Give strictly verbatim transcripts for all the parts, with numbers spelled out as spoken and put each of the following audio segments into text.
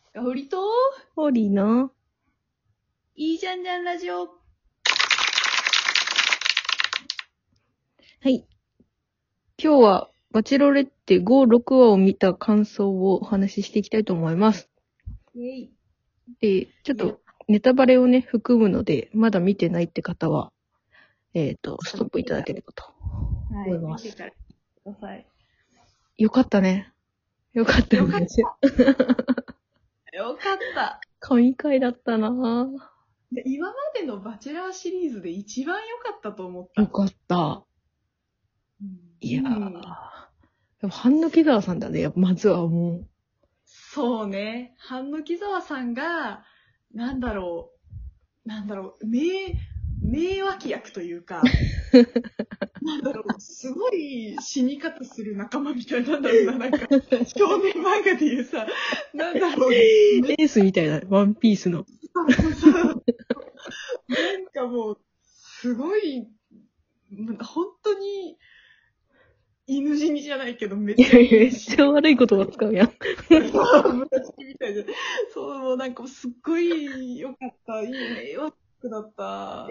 かほりとホリのいいじゃんじゃんラジオ。 はい。今日はバチェロレッテご、ろくわを見た感想をお話ししていきたいと思います。 イェイ。 で、ちょっとネタバレをね、含むので、まだ見てないって方は、えっ、と、ストップいただければと思います。 見てからください。 よかったね。よかったんですよ。 よかった。 神回だったなぁ。 で今までのバチェラーシリーズで一番良かったと思った。 よかった。 うん、 いやー。 うん、 でも、半野木沢さんだね。まずはもう。 そうね。半野木沢さんが、なんだろう。なんだろう。名、名脇役というか、なんだろう。すごい死に方する仲間みたいなんだろうな。なんか、少年漫画でいうさ、なんだろう。 エースみたいな、ワンピースの。 なんかもう、すごい、本当に、犬死にじゃないけど、めっちゃいい。 めっちゃ悪い言葉使うやん。 紫みたいで。そう、もうなんかすっごい良かった。いい迷惑だった。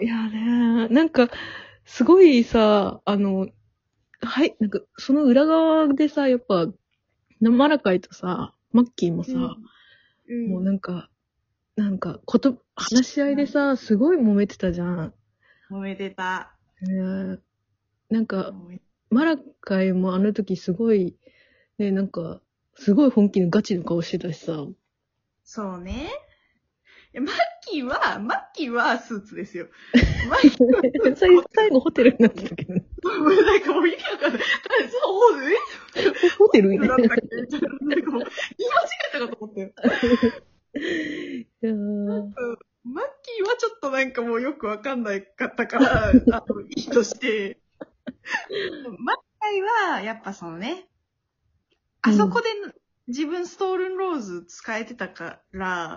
いやね、なんか、すごいさ、あの、はい、なんか、その裏側でさ、やっぱ、マラカイとさ、マッキーもさ、 うん、 もうなんか、なんか、こと、話し合いでさ、すごい揉めてたじゃん。 揉めてた。 ね、なんか、マラカイもあの時すごい、ね、なんか、すごい本気のガチの顔してたしさ。 そうね。マッキーは、マッキーはスーツですよ。マッキーは最最後ホテルになってたけどね。 なんかもう意味わかんない。そう、えホテルみたいな。 だったっけみたいな。なんかもう、言い間違えたかと思ったよ。 いやー、 マッキーはちょっとなんかもうよくわかんないかったから、あの、いいとして、マッキーは、やっぱそのね、あそこで自分ストールンローズ使えてたから、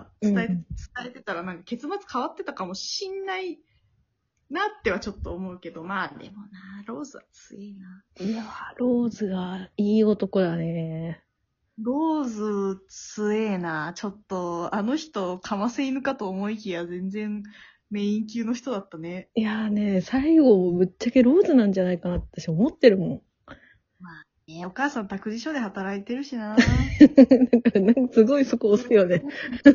伝え、伝えてたらなんか結末変わってたかもしんないなってはちょっと思うけど、まあでもな、ローズは強いな。 いやー、ローズがいい男だね。 ローズ強えな。ちょっと、あの人、かませ犬かと思いきや全然メイン級の人だったね。 いやーね、最後、ぶっちゃけローズなんじゃないかなって私思ってるもん。 まあね、お母さん託児所で働いてるしな。 だからなんかすごいそこ押すよね。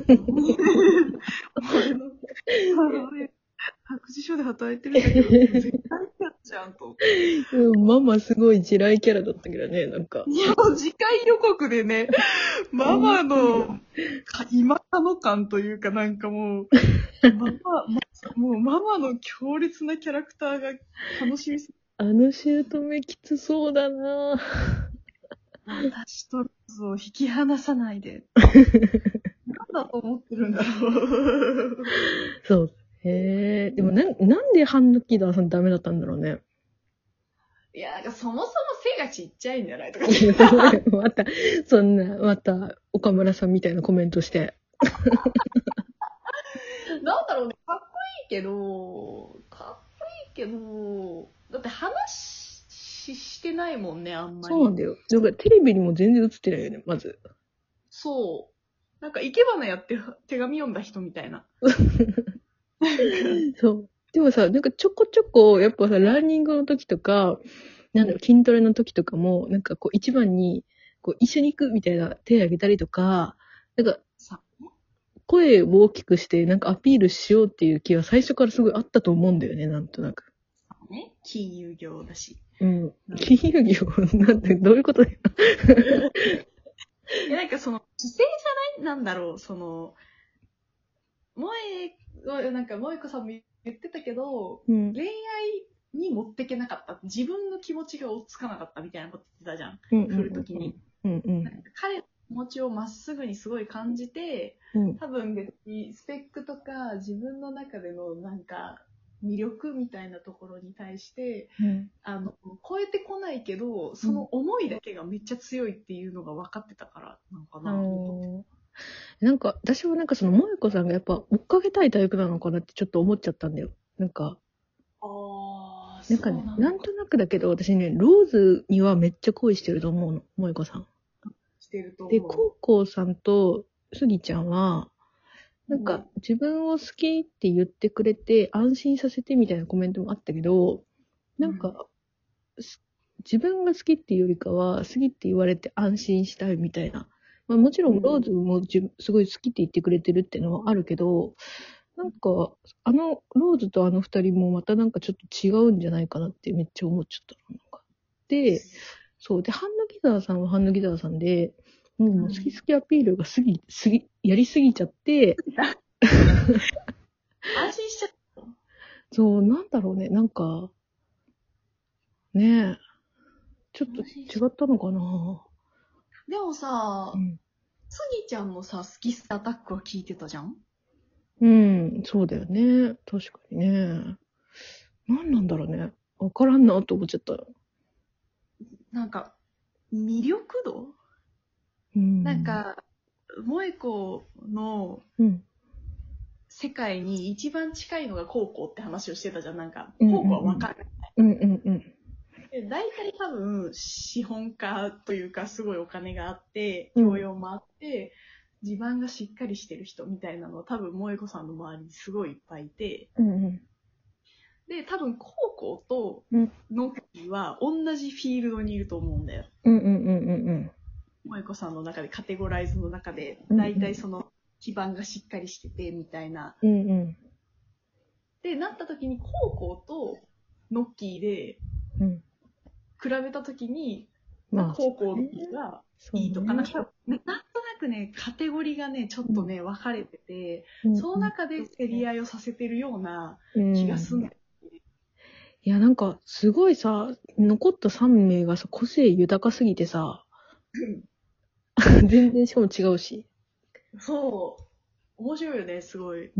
俺の母親、託児所で働いてるんだけど、絶対やっちゃんと。 うん、ママすごい地雷キャラだったけどね、なんか。 いや、もう次回予告でね、ママの今の感というかなんかもう、ママ、もうママの強烈なキャラクターが楽しみすぎて。 あの姑きつそうだな私とローズを引き離さないで。なんだと思ってるんだろう。 そう。へえ。でもな、なんでハンヌキダーさんダメだったんだろうね。 いや、なんかそもそも背がちっちゃいんじゃないとか。 また、そんな、また、岡村さんみたいなコメントして。 なんだろうね、かっこいいけど、かっこいいけど、だって話ししてないもんね、あんまり。 そうなんだよ。だからテレビにも全然映ってないよね、まず。 そう。なんか、生け花やって手紙読んだ人みたいな。 そう。でもさ、なんかちょこちょこ、やっぱさ、ランニングの時とか、なんだろう、筋トレの時とかも、なんかこう一番に、こう一緒に行くみたいな手を挙げたりとか、なんか声を大きくして、なんかアピールしようっていう気は最初からすごいあったと思うんだよね、なんとなく。 ね、金融業だし。 うん。金融業なんてどういうことだよ。 いや、なんかその、姿勢じゃないなんだろう、その、萌えは、なんか萌子さんも言ってたけど、 うん。 恋愛に持ってけなかった。自分の気持ちが追っつかなかったみたいなこと言ってたじゃん。 うんうんうんうん来るときに。 うんうん。 なんか彼の気持ちをまっすぐにすごい感じて、 うん多分別にスペックとか自分の中でのなんか魅力みたいなところに対して、 うん。 あの、超えてこないけど、その思いだけがめっちゃ強いっていうのが分かってたからなのかな。 うんなんか、私はなんかその萌子さんがやっぱ追っかけたいタイプなのかなってちょっと思っちゃったんだよ。なんか、 ああ、 なんかね、 そうなんとなくだけど私ね、ローズにはめっちゃ恋してると思うの、萌子さん。 してるとで、 思う。 コウコウさんとスギちゃんは、なんか、自分を好きって言ってくれて、安心させてみたいなコメントもあったけど、なんか、す自分が好きっていうよりかは、好きって言われて安心したいみたいな。まあもちろん、ローズもじゅすごい好きって言ってくれてるっていうのはあるけど、なんか、あの、ローズとあの二人もまたなんかちょっと違うんじゃないかなってめっちゃ思っちゃったの。なんかで、そう。で、ハンナギザーさんはハンナギザーさんで、うん、もう好き好きアピールが過ぎ、過ぎ、やりすぎちゃって、 安心しちゃった。 そう、なんだろうね、なんか、ねえ、ちょっと違ったのかな。 でもさ、 うん、 スギちゃんのさ、好きスアタックは聞いてたじゃん。 うん、そうだよね。確かにね。なんなんだろうね。わからんなと思っちゃった。 なんか、魅力度、 うん。 なんか、萌子のうん。 世界に一番近いのが高校って話をしてたじゃん。なんか、 うん高校はわかる。 うんうんうん。 で大体多分、資本家というか、すごいお金があって、 うん教養もあって、地盤がしっかりしてる人みたいなのは多分、萌子さんの周りにすごいいっぱいいて、 うんうんで、多分、高校とうんノッキーは同じフィールドにいると思うんだよ。 うんうんうんうん萌子さんの中で、カテゴライズの中で、 うん大体その基盤がしっかりしてて、みたいな。 うんうんで、なった時に、高校とノッキーでうん比べた時に、 まあ、 高校の方がそうねいいとか、なんかね、なんとなくね、カテゴリーがね、ちょっとね、分かれてて、 うんその中で競り合いをさせてるようなうん気がすんだよ。 いや、なんか、すごいさ、残ったさん名がさ、個性豊かすぎてさ、全然しかも違うし。 そう。面白いよね、すごい。 うん。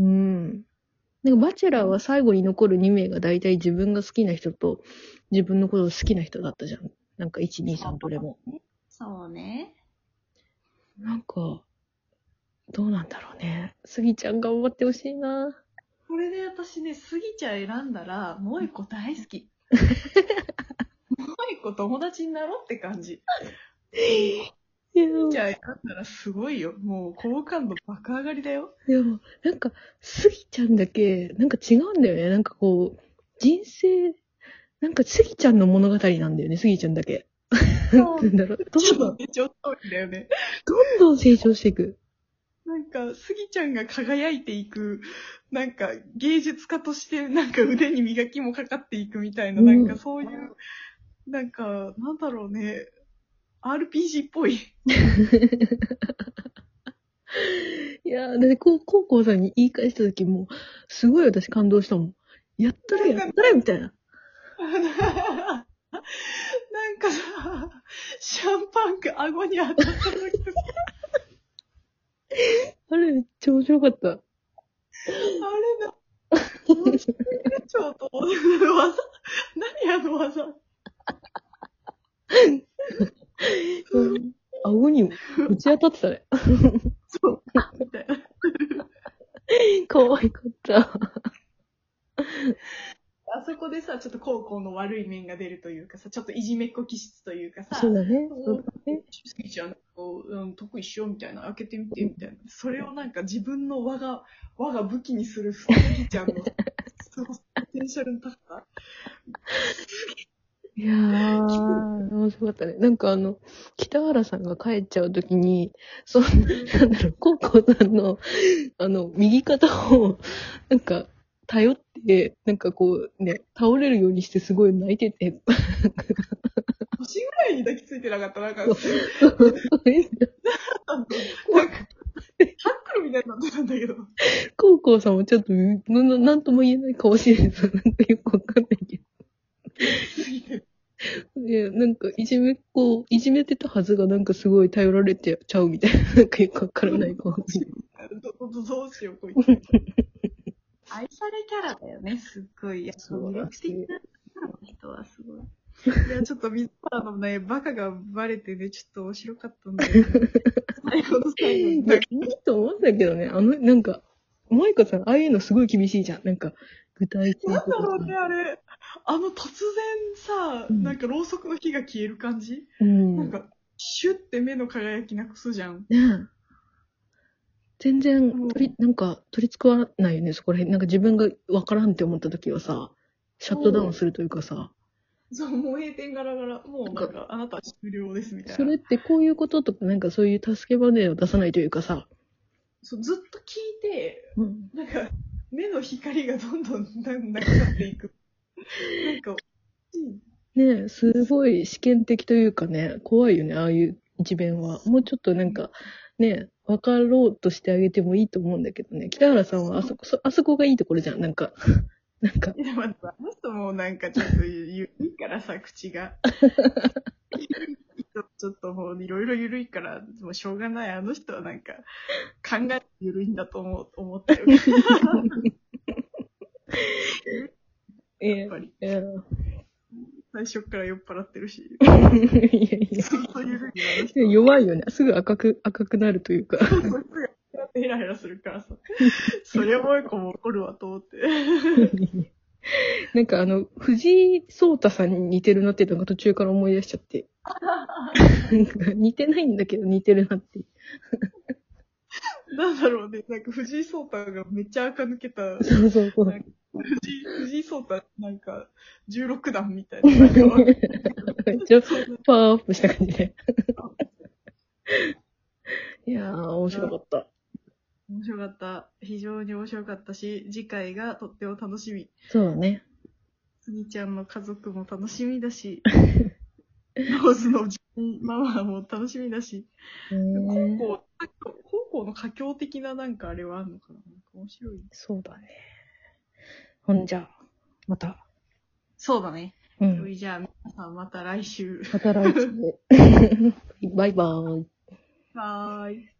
なんか、バチェラーは最後に残るに名が大体自分が好きな人と、自分のことを好きな人だったじゃん。なんか、いち、に、さんどれも。 そうね。 なんか、どうなんだろうね。スギちゃん頑張ってほしいな。 これで私ね、スギちゃん選んだら、萌子大好き。萌子友達になろうって感じ。 いや、 スギちゃん選んだらすごいよ。もう好感度爆上がりだよ。 でも、なんか、スギちゃんだけ、なんか違うんだよね。なんかこう、人生、なんかスギちゃんの物語なんだよね、スギちゃんだけ。なんだろう。どんどん、 めっちゃ通りだよね。 どんどん成長していく。 なんか、スギちゃんが輝いていく、なんか芸術家としてなんか腕に磨きもかかっていくみたいな、 うんなんかそういう、なんか、なんだろうね、アールピージー っぽい。 いやー、で、こう、高校さんに言い返した時も、すごい私感動したもん。やったれ、やったれみたいな。 なんかさ、シャンパンが顎に当たった時とか、 あれめっちゃ面白かった。 あれだ、ちょっと、技、何あの技。 うん、顎にぶち当たってたね。 そう、みたいな。 可愛かった。 あそこでさ、ちょっと高校の悪い面が出るというかさ、ちょっといじめっ子気質というかさ、 そうだね。 そうだね。スギちゃん、こう、うん、得意しようみたいな、開けてみてみたいな。それをなんか自分の我が、我が武器にするスギちゃんの、そのポテンシャルの高さ。 いやー、面白かったね。なんかあの、北原さんが帰っちゃうときに、そんな、なんだろう、高校さんの、あの、右肩を、なんか、頼って、なんかこう、ね、倒れるようにしてすごい泣いてて。 腰ぐらいに抱きついてなかった。なんか、なんか、ハックルみたいになってたんだけど。 高校さんもちょっと、な、なんとも言えない顔してるさ、なんかよくわかんないけど。いや、なんか、いじめっ子、いじめてたはずが、なんかすごい頼られてちゃうみたいな、なんかよくわからない顔してる。 ど、ど、どうしよう、こいつ。愛されキャラだよね、すっごい。いや、魅力的な人はすごい。いや、ちょっと水原のね、バカがバレてね、ちょっと面白かったんだよね。最後の最後に。 いや、いいと思うんだけどね。あの、なんか、萌子さん、ああいうのすごい厳しいじゃん。なんか、具体性なんとかさ。 だろうね、あれ。あの突然さ、 うんなんかろうそくの火が消える感じ、 うん。 なんか、シュッて目の輝きなくすじゃん。 ね全然取り、なんか取り繕わないよね、そこら辺。なんか自分がわからんって思った時はさ、シャットダウンするというかさ、 そう、もう閉店ガラガラ。もうなんか、あなたは終了ですみたいな。 それってこういうこととか、なんかそういう助け舟を出さないというかさ、 そうずっと聞いて、 うん、 なんか、目の光がどんどんななくなっていく。なんか、 ねえ、すごい試験的というかね、怖いよね、ああいう一面は。もうちょっとなんか、ね、分かろうとしてあげてもいいと思うんだけどね。北原さんはあそこ、そあそこがいいところじゃん、なんか。なんか、 いや、まずあの人もなんかちょっと緩いからさ、口が。ちょっともういろいろ緩いから、もうしょうがない。あの人はなんか、考えて緩いんだと思う、思ったよ。やっぱり。 いや、 最初から酔っ払ってるし。 いやいや、 ずっと緩いよ、あの人。 弱いよね。すぐ赤く、赤くなるというか。 そうそう、すぐヘラヘラするからさ。それもう一個も怒るわと思って。 なんかあの、藤井聡太さんに似てるなっていうのが途中から思い出しちゃって。なんか似てないんだけど似てるなって。 なんだろうね。なんか藤井聡太がめっちゃ垢抜けた。 そうそうそう。 なんか藤井、藤井聡太なんかじゅうろくだんみたいな。なんかちょっとパワーアップした感じで。いやー、面白かった。 面白かった。非常に面白かったし、次回がとっても楽しみ。 そうだね。 すぎちゃんの家族も楽しみだし、ローズのママも楽しみだし、 高校、高校の佳境的ななんかあれはあるのかな、なんか面白い。 そうだね。ほんじゃ、また。 そうだね。 うん。 じゃあ、皆さんまた来週。 また来週。バイバーイ。 はーい。